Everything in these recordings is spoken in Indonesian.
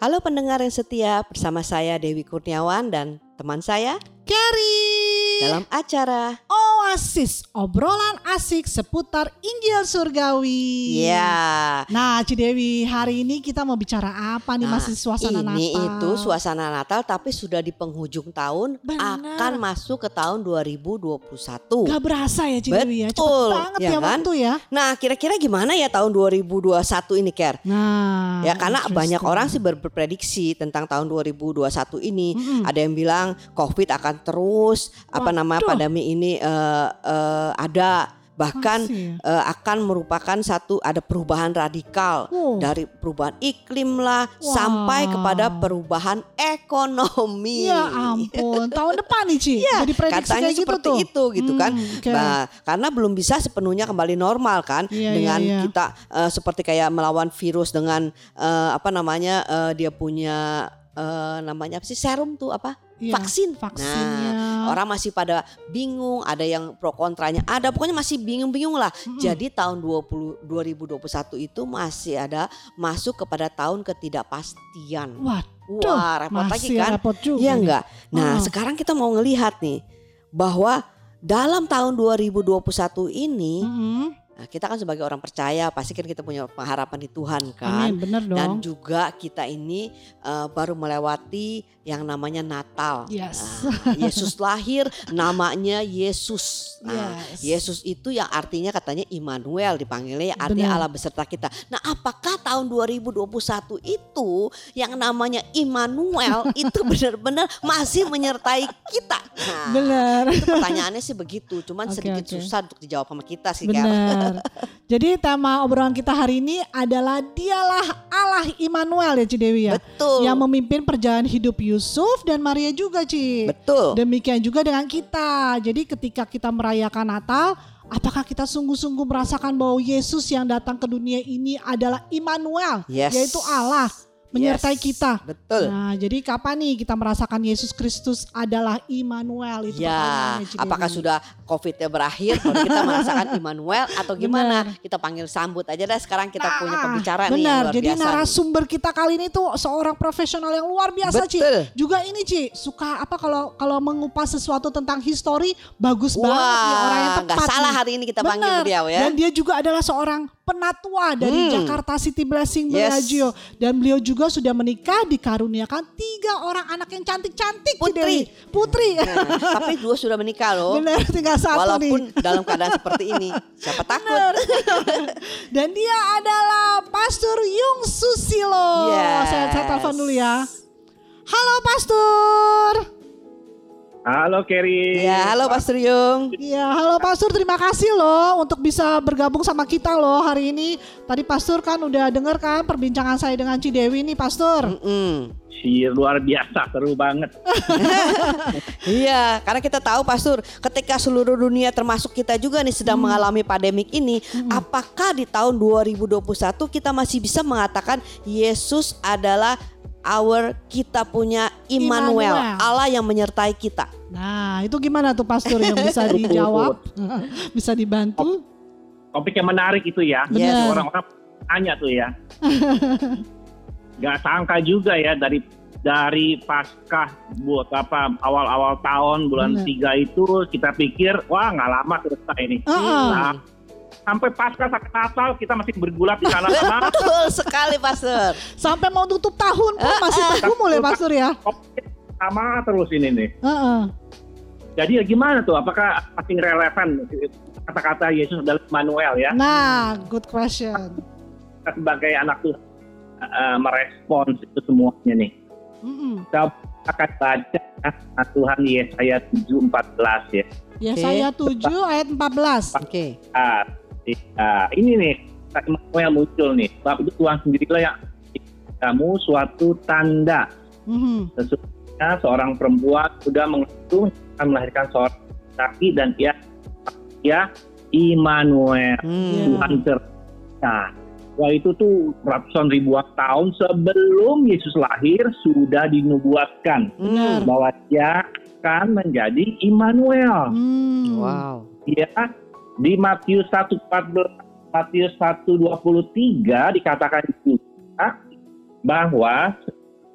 Halo pendengar yang setia, bersama saya Dewi Kurniawan dan teman saya Carrie dalam acara Oasis, obrolan asik seputar Injil Surgawi. Ya. Nah, Cidewi, hari ini kita mau bicara apa nih? Masih suasana Natal. Ini itu suasana Natal tapi sudah di penghujung tahun. Benar. Akan masuk ke tahun 2021. Gak berasa ya Cidewi ya, cepet Betul, banget ya ya kan? waktu ya. Nah kira-kira gimana ya tahun 2021 ini Ker? Nah, Ya karena banyak interesting. orang sih berprediksi tentang tahun 2021 ini. Ada yang bilang COVID akan terus, pandemi ini ada. Bahkan Masih. akan merupakan ada perubahan radikal dari perubahan iklim lah sampai kepada perubahan ekonomi. Ya ampun, tahun depan nih Ci. Ya, Jadi prediksi katanya kayak gitu seperti tuh. itu gitu kan. Okay. Nah, karena belum bisa sepenuhnya kembali normal kan dengan kita seperti kayak melawan virus dengan dia punya namanya apa sih, serum tuh apa? Vaksin. Vaksinnya. Nah, orang masih pada bingung, ada yang pro kontranya, ada pokoknya masih bingung-bingung lah. Jadi tahun 2021 itu masih ada masuk kepada tahun ketidakpastian. Wah, repot lagi kan? Repot juga Iya nih. enggak? Nah, sekarang kita mau ngelihat nih bahwa dalam tahun 2021 ini nah, kita kan sebagai orang percaya pasti kan kita punya pengharapan di Tuhan kan. Amin, benar dong. Dan juga kita ini baru melewati yang namanya Natal. Yes. Yesus lahir, namanya Yesus. Nah, Yes. Yesus itu yang artinya katanya Immanuel, dipanggilnya artinya Allah beserta kita. Nah, apakah tahun 2021 itu yang namanya Immanuel itu benar-benar masih menyertai kita? Nah, Benar. itu pertanyaannya sih begitu, cuman sedikit susah untuk dijawab sama kita sih. Benar. Jadi tema obrolan kita hari ini adalah Dialah Allah Immanuel ya Cidewi ya. Betul. Yang memimpin perjalanan hidup Yusuf dan Maria juga Ci. Betul. Demikian juga dengan kita. Jadi ketika kita merayakan Natal, apakah kita sungguh-sungguh merasakan bahwa Yesus yang datang ke dunia ini adalah Immanuel, Yes. yaitu Allah menyertai Yes, kita. betul. Nah, jadi kapan nih kita merasakan Yesus Kristus adalah Immanuel? Itu Ya, pertanyaannya, Cidewi. apakah sudah COVID-nya berakhir baru kita merasakan Immanuel atau gimana? Benar. Kita panggil sambut aja dah, sekarang kita punya pembicara nih yang benar, luar jadi biasa nih. narasumber kita kali ini tuh seorang profesional yang luar biasa Ci. Betul. Juga ini Ci, suka apa kalau mengupas sesuatu tentang history bagus Wah, banget nih, orang yang tepat. nggak salah nih. hari ini kita panggil Benar. beliau ya. Dan dia juga adalah seorang penatua dari Jakarta City Blessing Bellagio. Dan beliau juga sudah menikah, dikaruniakan 3 orang anak yang cantik-cantik Ci Dewi. Putri. Nah, tapi 2 sudah menikah loh. Benar, tinggal 1 Walaupun nih. dalam keadaan seperti ini, siapa takut? Benar. Dan dia adalah Pastor Yung Susilo. Yes. Saya telepon dulu ya. Halo Pastor. Halo Kerry. Ya, halo Pastor Yung. Iya, halo Pastor, terima kasih loh untuk bisa bergabung sama kita loh hari ini. Tadi Pastor kan udah denger kan perbincangan saya dengan Cidewi nih Pastor. Luar biasa, seru banget. Iya, karena kita tahu Pastor, ketika seluruh dunia termasuk kita juga nih sedang mengalami pandemik ini, apakah di tahun 2021 kita masih bisa mengatakan Yesus adalah kita punya Immanuel, Allah yang menyertai kita? Nah, itu gimana tuh Pastor yang bisa dijawab? Bisa dibantu? Topik yang menarik itu ya. Benar. Orang-orang tanya tuh ya. Gak sangka juga ya dari Paskah buat awal-awal tahun bulan 3 itu kita pikir wah nggak lama selesai ini. Nah, sampai Paskah sampai Natal kita masih bergulat di sana sama. Betul sekali Pastor. Sampai mau tutup tahun pun masih tergumul ya Pastor ya. Sama terus ini nih. Jadi ya gimana tuh? Apakah masih relevan kata-kata Yesus adalah Immanuel ya? Nah, good question. Kita sebagai anak Tuhan merespons itu semuanya nih. Kita akan baca Tuhan Yesaya 7:14 ya. Yesaya 7 ayat 14. Oke. Ini nih Immanuel muncul nih. Sebab itu Tuhan sendirilah yang kamu suatu tanda. Sesungguhnya seorang perempuan sudah mengandung akan melahirkan seorang laki dan dia Immanuel, Tuhan serta. Wah itu tuh ratusan ribuan tahun sebelum Yesus lahir sudah dinubuatkan bahwa dia akan menjadi Immanuel. Wow. Dia di Matius 1:14, Matius 1:23 dikatakan juga bahwa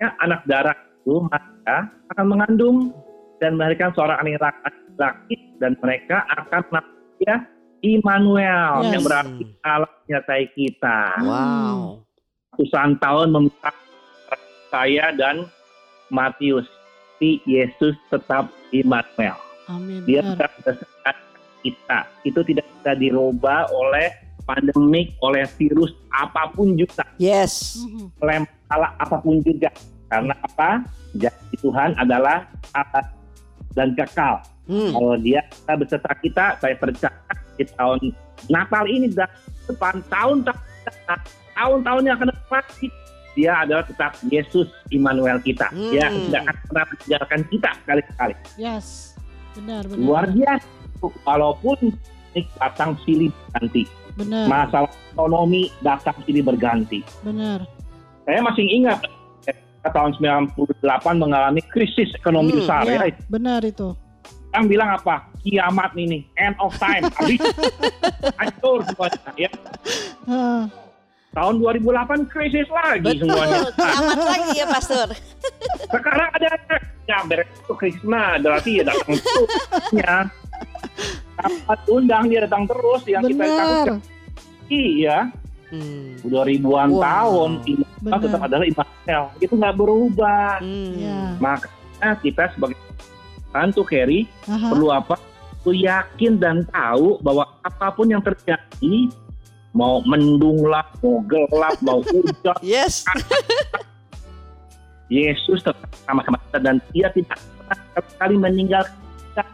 anak darah itu maka akan mengandung dan melahirkan seorang anak laki dan mereka akan menamai dia Immanuel, yang berarti Allah menyertai kita. Wow. Ratusan tahun memisahkan saya dan Matius, tapi Yesus tetap Immanuel. Amin. Dia tetap beserta kita. Itu tidak bisa dirubah oleh pandemik, oleh virus apapun juga. Yes. Oleh masalah apapun juga. Karena apa? Janji Tuhan adalah abadi dan kekal. Kalau dia beserta kita, saya percaya di tahun Natal ini dan depan tahun-tahun yang akan datang, dia adalah tetap Yesus Immanuel kita. Dia tidak akan pernah meninggalkan kita sekali-sekali. Yes, benar. Luar biasa. Walaupun datang silih berganti. Benar. Masalah ekonomi datang silih berganti. Benar. Saya masih ingat tahun 98 mengalami krisis ekonomi besar. Ya, ya. benar itu. Yang bilang apa? Kiamat ini, end of time, habis, hancur semuanya. Ya. Tahun 2008 krisis lagi semuanya. Kiamat lagi ya Pastor. Sekarang ada beres itu krisis mah, berarti ya datang terusnya. Dapat undang dia datang terus yang kita takut. Iya. Udah ribuan tahun ini tetap adalah Immanuel. Itu nggak berubah. Makanya kita sebagai Hantu Carry perlu apa? Perlu yakin dan tahu bahwa apapun yang terjadi, mau mendung lah, mau gelap, mau hujan, Yes. Yesus tetap sama-sama kita dan dia tidak pernah sekali meninggalkan kita.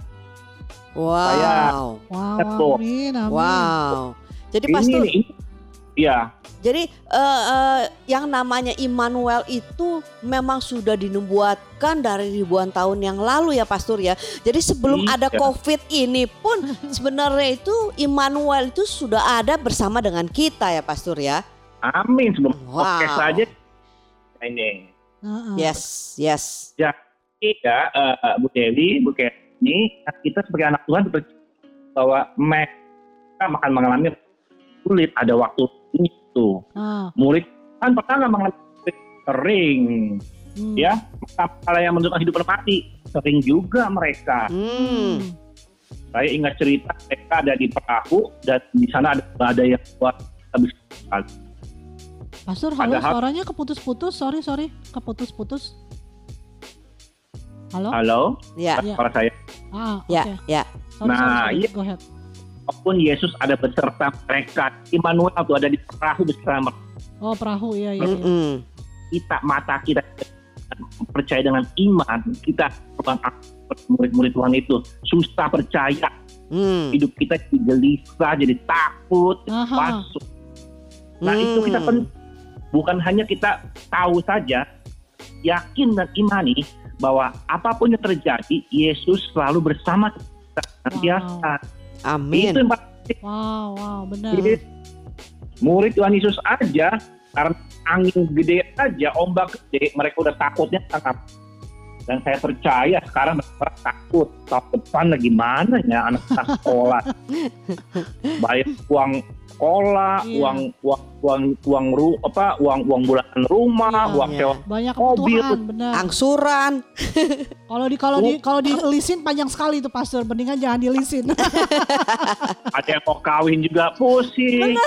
Wow. Amin. Wow. Jadi Pastor, iya. jadi yang namanya Immanuel itu memang sudah dinubuatkan dari ribuan tahun yang lalu ya Pastor ya. Jadi sebelum ada COVID ini pun sebenarnya itu Immanuel itu sudah ada bersama dengan kita ya Pastor ya. Amin. Sebelum podcast saja ini. Yes. Jadi ya Bu Dewi, Bu Kenny, kita sebagai anak Tuhan bahwa mereka akan mengalami sulit, ada waktu itu. Murid kan pernah nggak mengalami kering, ya, masalah yang menentukan hidup dan mati, sering juga mereka. Saya ingat cerita mereka ada di perahu dan di sana ada badai yang kuat habis sekali. Pastor, halo, suaranya keputus-putus, sorry, keputus-putus. Halo? Ya. Suara saya. Ya. Sorry, go ahead. Walaupun Yesus ada beserta mereka, Immanuel itu ada di perahu bersama. Oh, perahu, iya. Kita mata kita percaya dengan iman, kita murid-murid Tuhan itu susah percaya. Hidup kita jadi gelisah, jadi takut, masuk. Nah itu kita bukan hanya kita tahu saja, yakin dan imani bahwa apapun yang terjadi, Yesus selalu bersama kita senantiasa. Amin. Itu Wow, benar. Jadi, murid Tuhan Yesus aja, karena angin gede aja, ombak gede, mereka udah takutnya sangat. Dan saya percaya sekarang mereka takut. Tahun depan gimana ya anak sekolah, bayar uang sekolah, uang bulanan rumah, uang sewa banyak mobil, kebutuhan, benar. Angsuran. Kalau dilisin panjang sekali itu Pastor, mendingan jangan dilisin. Ada yang mau kawin juga pusing.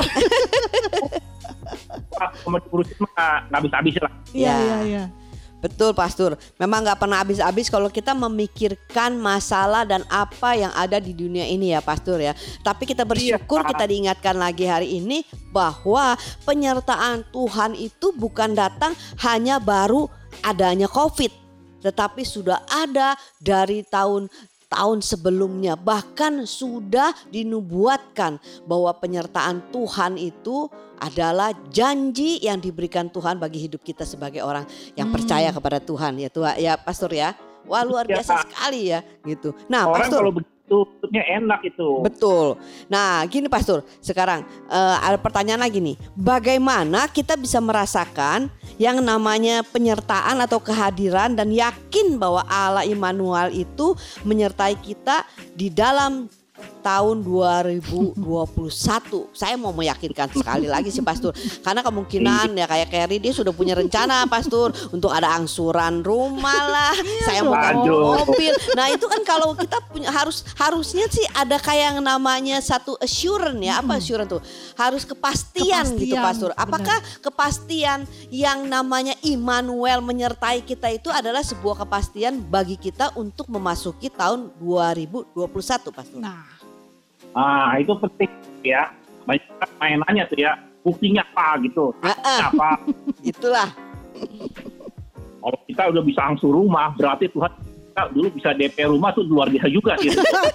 Mau diurusin mah nggak habis-habis lah. Iya. Betul Pastor, memang gak pernah habis-habis kalau kita memikirkan masalah dan apa yang ada di dunia ini ya Pastor ya. Tapi kita bersyukur kita diingatkan lagi hari ini bahwa penyertaan Tuhan itu bukan datang hanya baru adanya COVID, tetapi sudah ada dari tahun sebelumnya. Bahkan sudah dinubuatkan bahwa penyertaan Tuhan itu adalah janji yang diberikan Tuhan bagi hidup kita sebagai orang yang percaya kepada Tuhan ya Tuhan ya Pastor ya. Wah luar biasa sekali ya gitu. Nah orang Pastor, kalau begitu hidupnya enak itu. Betul. Nah gini Pastor, sekarang ada pertanyaan lagi nih. Bagaimana kita bisa merasakan yang namanya penyertaan atau kehadiran dan yakin bahwa Allah Immanuel itu menyertai kita di dalam tahun 2021. Saya mau meyakinkan sekali lagi sih Pastor, karena kemungkinan ya kayak Carrie dia sudah punya rencana Pastor untuk ada angsuran rumah lah, saya mau ganti mobil. Nah itu kan kalau kita punya harusnya sih ada kayak yang namanya satu assurance ya, apa assurance tuh? Harus kepastian gitu Pastor. Apakah kepastian yang namanya Immanuel menyertai kita itu adalah sebuah kepastian bagi kita untuk memasuki tahun 2021 Pastor? Nah, itu penting ya. Banyak mainannya tuh ya. Buktinya apa gitu. Apa? Itulah. Kalau kita udah bisa angsur rumah, berarti Tuhan kita dulu bisa DP rumah tuh luar biasa juga gitu.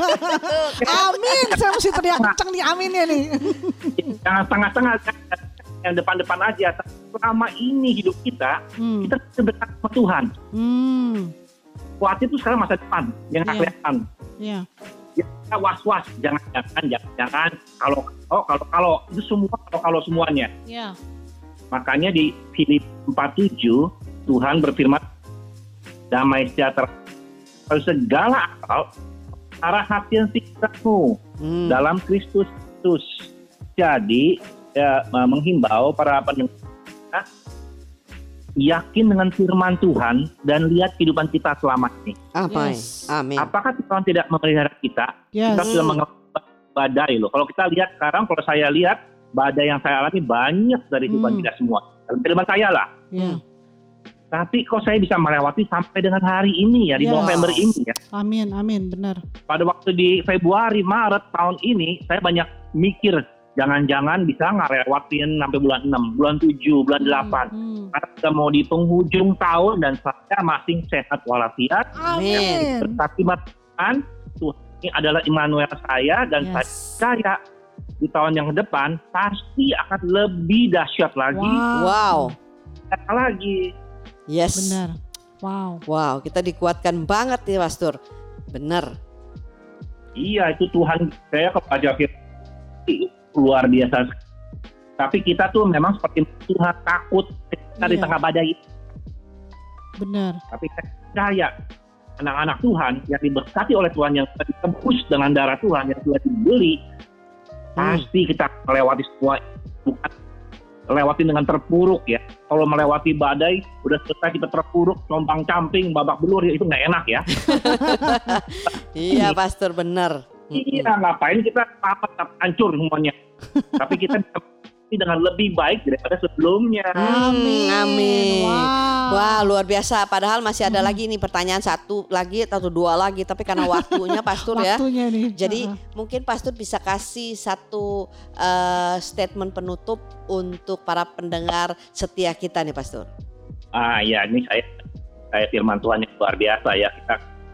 Amin. Saya mesti teriak kenceng nih aminnya nih. Jangan tengah-tengah, yang depan-depan aja. Selama ini hidup kita dekat sama Tuhan. Khawatir itu sekarang masa depan yang nggak kelihatan. Iya. Ya, kita was-was, jangan kalau itu semua kalau semuanya. Iya. Makanya di Filipi 4:7 Tuhan berfirman, damai sejahtera segala akal arah hati dan pikiranmu dalam Kristus. Jadi menghimbau para pendengar yakin dengan firman Tuhan dan lihat kehidupan kita selama ini. Amin. Apakah Tuhan tidak memelihara kita? Yes. Kita sudah mengalami badai loh. Kalau kita lihat sekarang, kalau saya lihat badai yang saya alami banyak dari kehidupan kita semua. Dalam kehidupan saya lah. Tapi kok saya bisa melewati sampai dengan hari ini ya, di November ini ya. Amin, benar. Pada waktu di Februari, Maret tahun ini, saya banyak mikir, jangan-jangan bisa ngelewatin sampai bulan 6, bulan 7, bulan 8. Karena kita mau di penghujung tahun dan saya masih sehat walafiat. Amin. Berkati Tuhan, Tuhan ini adalah Immanuel saya dan saya percaya di tahun yang depan pasti akan lebih dahsyat lagi. Wow. Lagi. Yes. Benar. Wow, kita dikuatkan banget ya Pastor. Benar. Iya, itu Tuhan saya kepada luar biasa. Tapi kita tuh memang seperti Tuhan takut di tengah badai. Benar. Tapi saya percaya anak-anak Tuhan yang diberkati oleh Tuhan, yang sudah ditebus dengan darah Tuhan, yang sudah dibeli, pasti kita melewati semua, bukan lewati dengan terpuruk ya. Kalau melewati badai, udah selesai kita terpuruk, compang-camping, babak belur, ya itu nggak enak ya. Iya Pastor, benar. Iya, ngapain kita hancur semuanya. Tapi kita bisa dengan lebih baik daripada sebelumnya. Amin. Wah, luar biasa. Padahal masih ada lagi nih pertanyaan satu lagi atau dua lagi, tapi karena waktunya Pastor ya. Nih. Jadi mungkin Pastor bisa kasih satu statement penutup untuk para pendengar setia kita nih Pastor. Ya, ini saya firman Tuhan yang luar biasa ya. Kita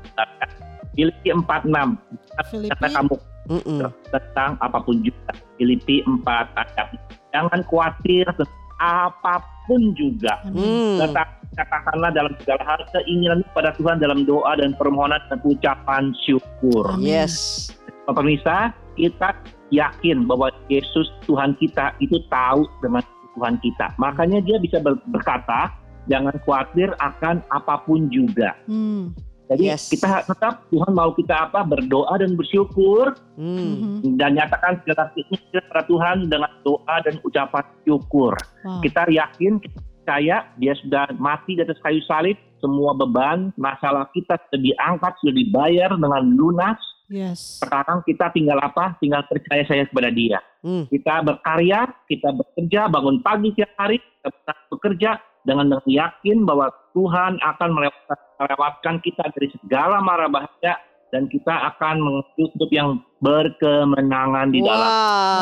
Filipi 4:6. Kata kamu tentang apapun juga. Filipi 4 ayat. Jangan khawatir tentang apapun juga. Tetapi katakanlah dalam segala hal keinginan pada Tuhan dalam doa dan permohonan dan ucapan syukur. Yes. Pemirsa, kita yakin bahwa Yesus Tuhan kita itu tahu dengan Tuhan kita. Makanya dia bisa berkata, jangan khawatir akan apapun juga. Jadi kita tetap Tuhan mau kita apa? Berdoa dan bersyukur dan nyatakan segala keinginan kepada Tuhan dengan doa dan ucapan syukur. Kita yakin, kita percaya dia sudah mati di atas kayu salib. Semua beban, masalah kita sudah diangkat, sudah dibayar dengan lunas. Sekarang kita tinggal apa? Tinggal percaya saya kepada dia. Kita berkarya, kita bekerja, bangun pagi tiap hari, kita bekerja dengan yakin bahwa Tuhan akan melewatkan kita dari segala mara bahaya dan kita akan menuju hidup yang berkemenangan di dalam.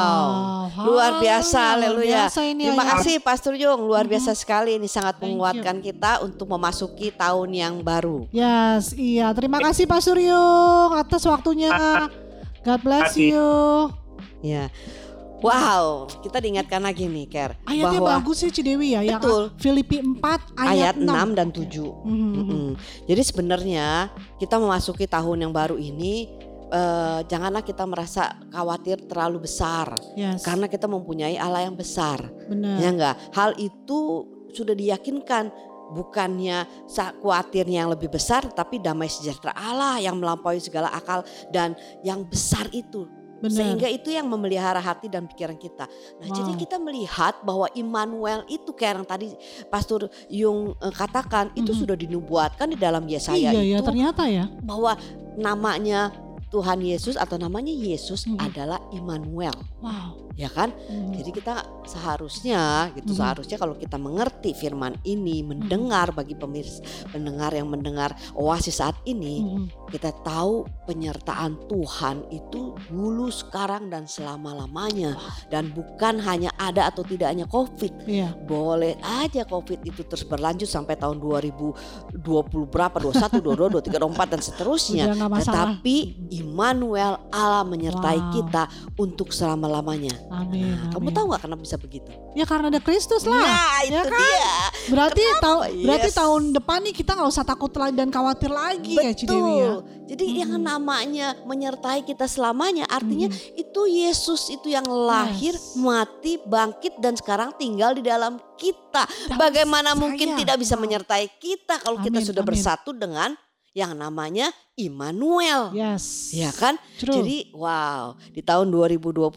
Luar biasa, haleluya. Terima kasih Pastor Jung, luar biasa sekali, ini sangat menguatkan kita untuk memasuki tahun yang baru. Yes, iya. Terima kasih Pastor Jung atas waktunya. God bless you. Ya. Wow, kita diingatkan lagi nih, Ker. Ayatnya bahwa, bagus sih Cidewi ya. Betul. Filipi 4 ayat 6 dan 7. Jadi sebenarnya kita memasuki tahun yang baru ini, janganlah kita merasa khawatir terlalu besar. Karena kita mempunyai Allah yang besar. Benar. Ya enggak? Hal itu sudah diyakinkan. Bukannya khawatirnya yang lebih besar, tapi damai sejahtera Allah yang melampaui segala akal dan yang besar itu Benar. Sehingga itu yang memelihara hati dan pikiran kita. Nah, jadi kita melihat bahwa Immanuel itu kayak yang tadi Pastor Yung katakan, itu sudah dinubuatkan di dalam Yesaya iya, itu. Iya, ternyata ya. Bahwa namanya Tuhan Yesus atau namanya Yesus adalah Immanuel. Wow. Ya kan? Jadi kita seharusnya seharusnya kalau kita mengerti firman ini, mendengar bagi pendengar yang mendengar Oasis saat ini, kita tahu penyertaan Tuhan itu dulu, sekarang dan selama-lamanya. Dan bukan hanya ada atau tidaknya COVID. Iya. Boleh aja COVID itu terus berlanjut sampai tahun 2020 berapa, 21, 22, 23, 24 dan seterusnya. Tetapi Immanuel, Allah menyertai kita untuk selama-lamanya. Amin. Kamu tahu gak kenapa bisa begitu? Ya karena ada Kristus lah. Nah, itu ya kan? dia. Berarti tahun depan nih kita gak usah takut lagi dan khawatir lagi. Betul. Ya Cidewi ya. Jadi yang namanya menyertai kita selamanya, artinya itu Yesus itu yang lahir, mati, bangkit dan sekarang tinggal di dalam kita. Bagaimana mungkin tidak bisa menyertai kita kalau kita sudah bersatu dengan yang namanya Immanuel. Yes. Ya kan? True. Jadi wow, di tahun 2021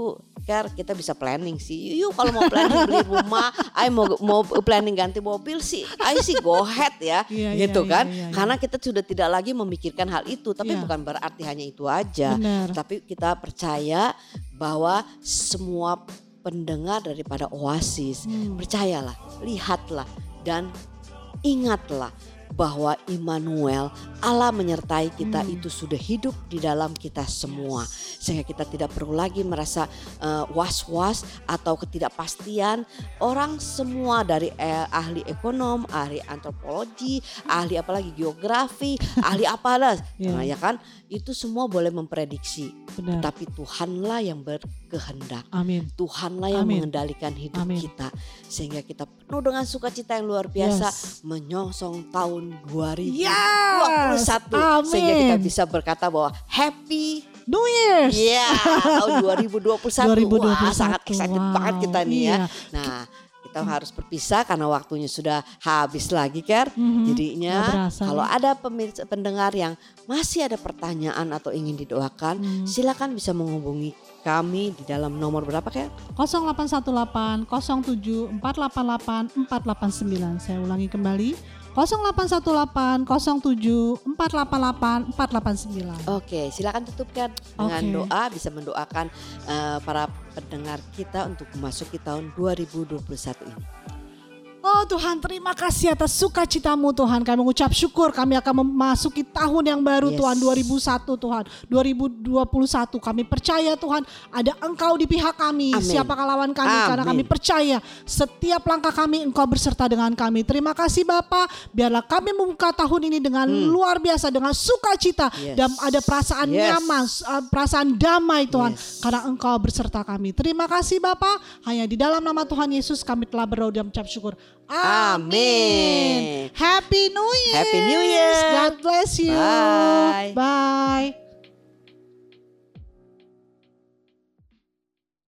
kita bisa planning sih. Yuk kalau mau planning beli rumah, mau planning ganti mobil sih, sih go ahead ya. Gitu kan? Karena kita sudah tidak lagi memikirkan hal itu, tapi bukan berarti hanya itu aja. Benar. Tapi kita percaya bahwa semua pendengar daripada Oasis, percayalah, lihatlah dan ingatlah bahwa Immanuel, Allah menyertai kita itu sudah hidup di dalam kita semua. Sehingga kita tidak perlu lagi merasa was-was atau ketidakpastian. Orang semua dari ahli ekonom, ahli antropologi, ahli apalagi geografi, ahli apalah. Nah, ya kan? Itu semua boleh memprediksi. Benar. Tapi Tuhanlah yang berkehendak. Amin. Tuhanlah yang mengendalikan hidup kita. Sehingga kita penuh dengan sukacita yang luar biasa menyongsong tahun 2021. Sehingga kita bisa berkata bahwa Happy New Year. Iya, tahun 2021. Wah, sangat excited banget kita nih ya. Nah, kita harus berpisah karena waktunya sudah habis lagi, Ker. Jadinya kalau ada pendengar yang masih ada pertanyaan atau ingin didoakan, silakan bisa menghubungi kami di dalam nomor berapa, Ker? 0818 07 488 489. Saya ulangi kembali. 0818 07 488 489. Oke, silakan tutupkan dengan doa, bisa mendoakan para pendengar kita untuk memasuki tahun 2021 ini. Oh Tuhan, terima kasih atas sukacitamu Tuhan. Kami mengucap syukur, kami akan memasuki tahun yang baru Tuhan, 2001 Tuhan, 2021. Kami percaya Tuhan ada Engkau di pihak kami. Siapakah lawan kami? Karena kami percaya setiap langkah kami Engkau berserta dengan kami. Terima kasih Bapa, biarlah kami membuka tahun ini dengan luar biasa, dengan sukacita. Dan ada perasaan nyaman, perasaan damai Tuhan. Karena Engkau berserta kami. Terima kasih Bapa, hanya di dalam nama Tuhan Yesus kami telah berdoa dan mengucap syukur. Amin. Happy New Year. Happy New Year. God bless you. Bye. Bye.